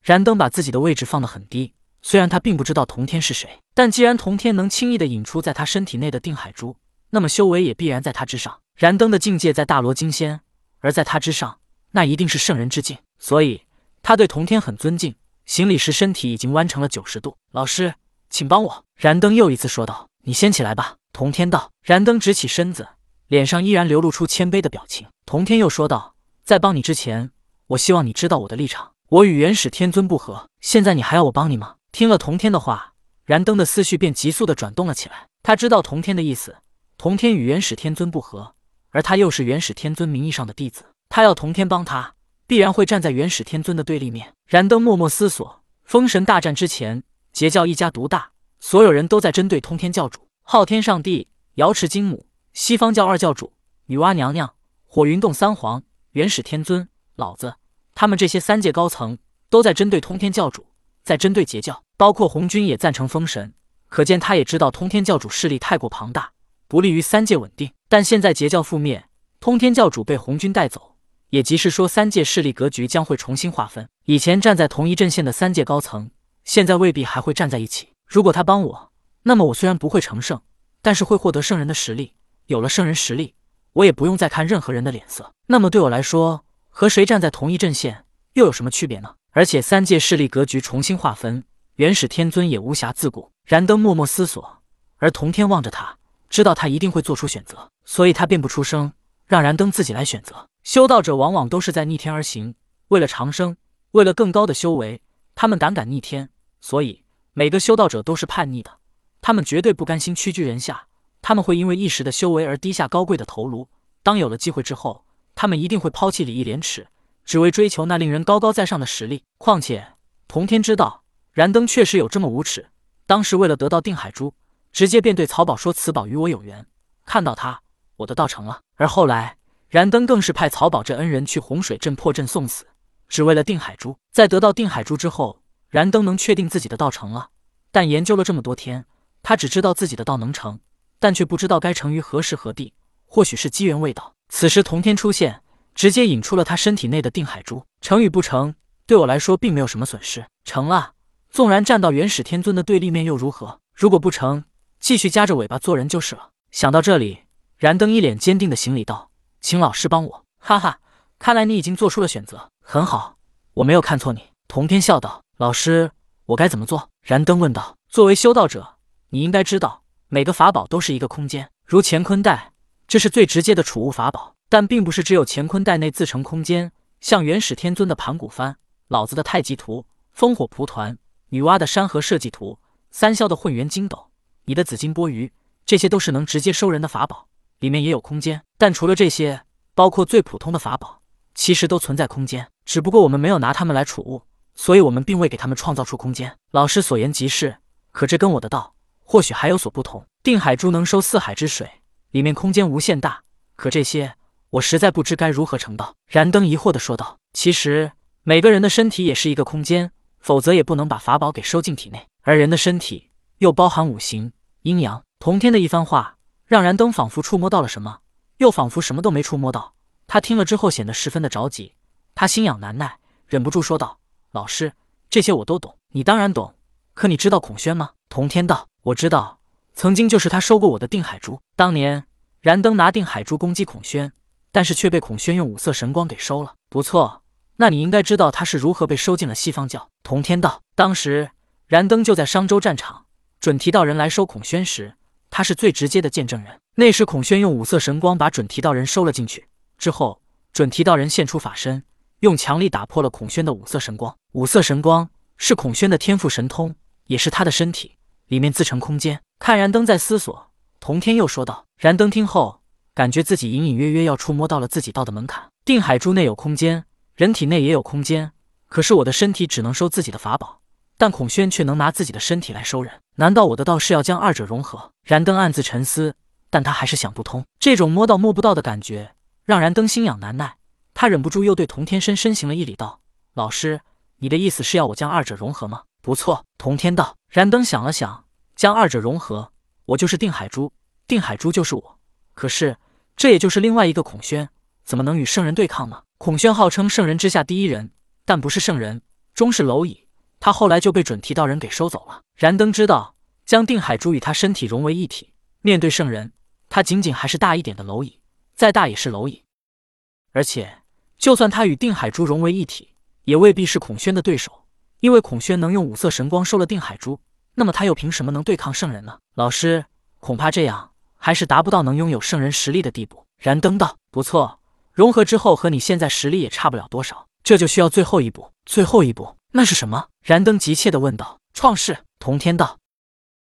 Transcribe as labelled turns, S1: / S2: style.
S1: 燃灯把自己的位置放得很低，虽然他并不知道童天是谁，但既然童天能轻易地引出在他身体内的定海珠，那么修为也必然在他之上。燃灯的境界在大罗金仙，而在他之上，那一定是圣人之境，所以他对童天很尊敬。行礼时身体已经弯成了90度。老师，请帮我。燃灯又一次说道。你先起来吧。童天道。燃灯直起身子，脸上依然流露出谦卑的表情。童天又说道，在帮你之前，我希望你知道我的立场。我与元始天尊不和，现在你还要我帮你吗？听了童天的话，燃灯的思绪便急速地转动了起来。他知道童天的意思，童天与元始天尊不和，而他又是元始天尊名义上的弟子，他要童天帮他，必然会站在元始天尊的对立面。燃灯默默思索，封神大战之前，截教一家独大，所有人都在针对通天教主。昊天上帝、瑶池金母、西方教二教主、女娲娘娘、火云洞三皇、元始天尊、老子，他们这些三界高层都在针对通天教主，在针对截教，包括红军也赞成封神。可见他也知道通天教主势力太过庞大，不利于三界稳定。但现在截教覆灭，通天教主被红军带走，也即是说三界势力格局将会重新划分。以前站在同一阵线的三界高层，现在未必还会站在一起。如果他帮我，那么我虽然不会成圣，但是会获得圣人的实力。有了圣人实力，我也不用再看任何人的脸色。那么对我来说，和谁站在同一阵线又有什么区别呢？而且三界势力格局重新划分，元始天尊也无暇自顾。燃灯默默思索，而童天望着他，知道他一定会做出选择，所以他便不出声，让燃灯自己来选择。修道者往往都是在逆天而行，为了长生，为了更高的修为，他们胆敢逆天。所以每个修道者都是叛逆的，他们绝对不甘心屈居人下，他们会因为一时的修为而低下高贵的头颅。当有了机会之后，他们一定会抛弃礼义廉耻，只为追求那令人高高在上的实力。况且童天知道燃灯确实有这么无耻，当时为了得到定海珠，直接便对曹宝说此宝与我有缘，看到他，我的道成了。而后来燃灯更是派曹宝这恩人去洪水镇破阵送死，只为了定海珠。在得到定海珠之后，燃灯能确定自己的道成了，但研究了这么多天，他只知道自己的道能成，但却不知道该成于何时何地。或许是机缘未到，此时童天出现，直接引出了他身体内的定海珠。成与不成，对我来说并没有什么损失。成了，纵然站到元始天尊的对立面又如何？如果不成，继续夹着尾巴做人就是了。想到这里，燃灯一脸坚定的行礼道：请老师帮我。哈哈，看来你已经做出了选择，很好，我没有看错你。童天笑道：老师，我该怎么做？燃灯问道。作为修道者，你应该知道，每个法宝都是一个空间，如乾坤袋，这是最直接的储物法宝，但并不是只有乾坤袋内自成空间。像元始天尊的盘古幡、老子的太极图、烽火蒲团、女娲的山河设计图、三霄的混元金斗、你的紫金钵盂，这些都是能直接收人的法宝，里面也有空间。但除了这些，包括最普通的法宝，其实都存在空间，只不过我们没有拿它们来储物，所以我们并未给他们创造出空间。老师所言极是，可这跟我的道或许还有所不同。定海珠能收四海之水，里面空间无限大，可这些我实在不知该如何成道。燃灯疑惑地说道。其实每个人的身体也是一个空间，否则也不能把法宝给收进体内，而人的身体又包含五行阴阳。童天的一番话让燃灯仿佛触摸到了什么，又仿佛什么都没触摸到。他听了之后显得十分的着急，他心痒难耐，忍不住说道：老师，这些我都懂。你当然懂，可你知道孔宣吗？童天道：我知道，曾经就是他收过我的定海珠。当年燃灯拿定海珠攻击孔宣，但是却被孔宣用五色神光给收了。不错，那你应该知道他是如何被收进了西方教。童天道：当时燃灯就在商周战场，准提道人来收孔宣时，他是最直接的见证人。那时孔宣用五色神光把准提道人收了进去，之后准提道人现出法身，用强力打破了孔宣的五色神光。五色神光是孔宣的天赋神通，也是他的身体，里面自成空间。看燃灯在思索，童天又说道。燃灯听后，感觉自己隐隐约约要触摸到了自己道的门槛。定海珠内有空间，人体内也有空间，可是我的身体只能收自己的法宝，但孔宣却能拿自己的身体来收人，难道我的道是要将二者融合？燃灯暗自沉思，但他还是想不通，这种摸到摸不到的感觉让燃灯心痒难耐。他忍不住又对童天深行了一礼道：老师，你的意思是要我将二者融合吗？不错。童天道。燃灯想了想，将二者融合，我就是定海珠，定海珠就是我，可是这也就是另外一个孔宣，怎么能与圣人对抗呢？孔宣号称圣人之下第一人，但不是圣人， 终是蝼蚁，他后来就被准提道人给收走了。燃灯知道，将定海珠与他身体融为一体，面对圣人，他仅仅还是大一点的蝼蚁，再大也是蝼蚁。而且，就算他与定海珠融为一体，也未必是孔宣的对手，因为孔宣能用五色神光收了定海珠，那么他又凭什么能对抗圣人呢？老师，恐怕这样还是达不到能拥有圣人实力的地步。燃灯道：不错，融合之后和你现在实力也差不了多少，这就需要最后一步。最后一步，那是什么？燃灯急切地问道。创世。童天道：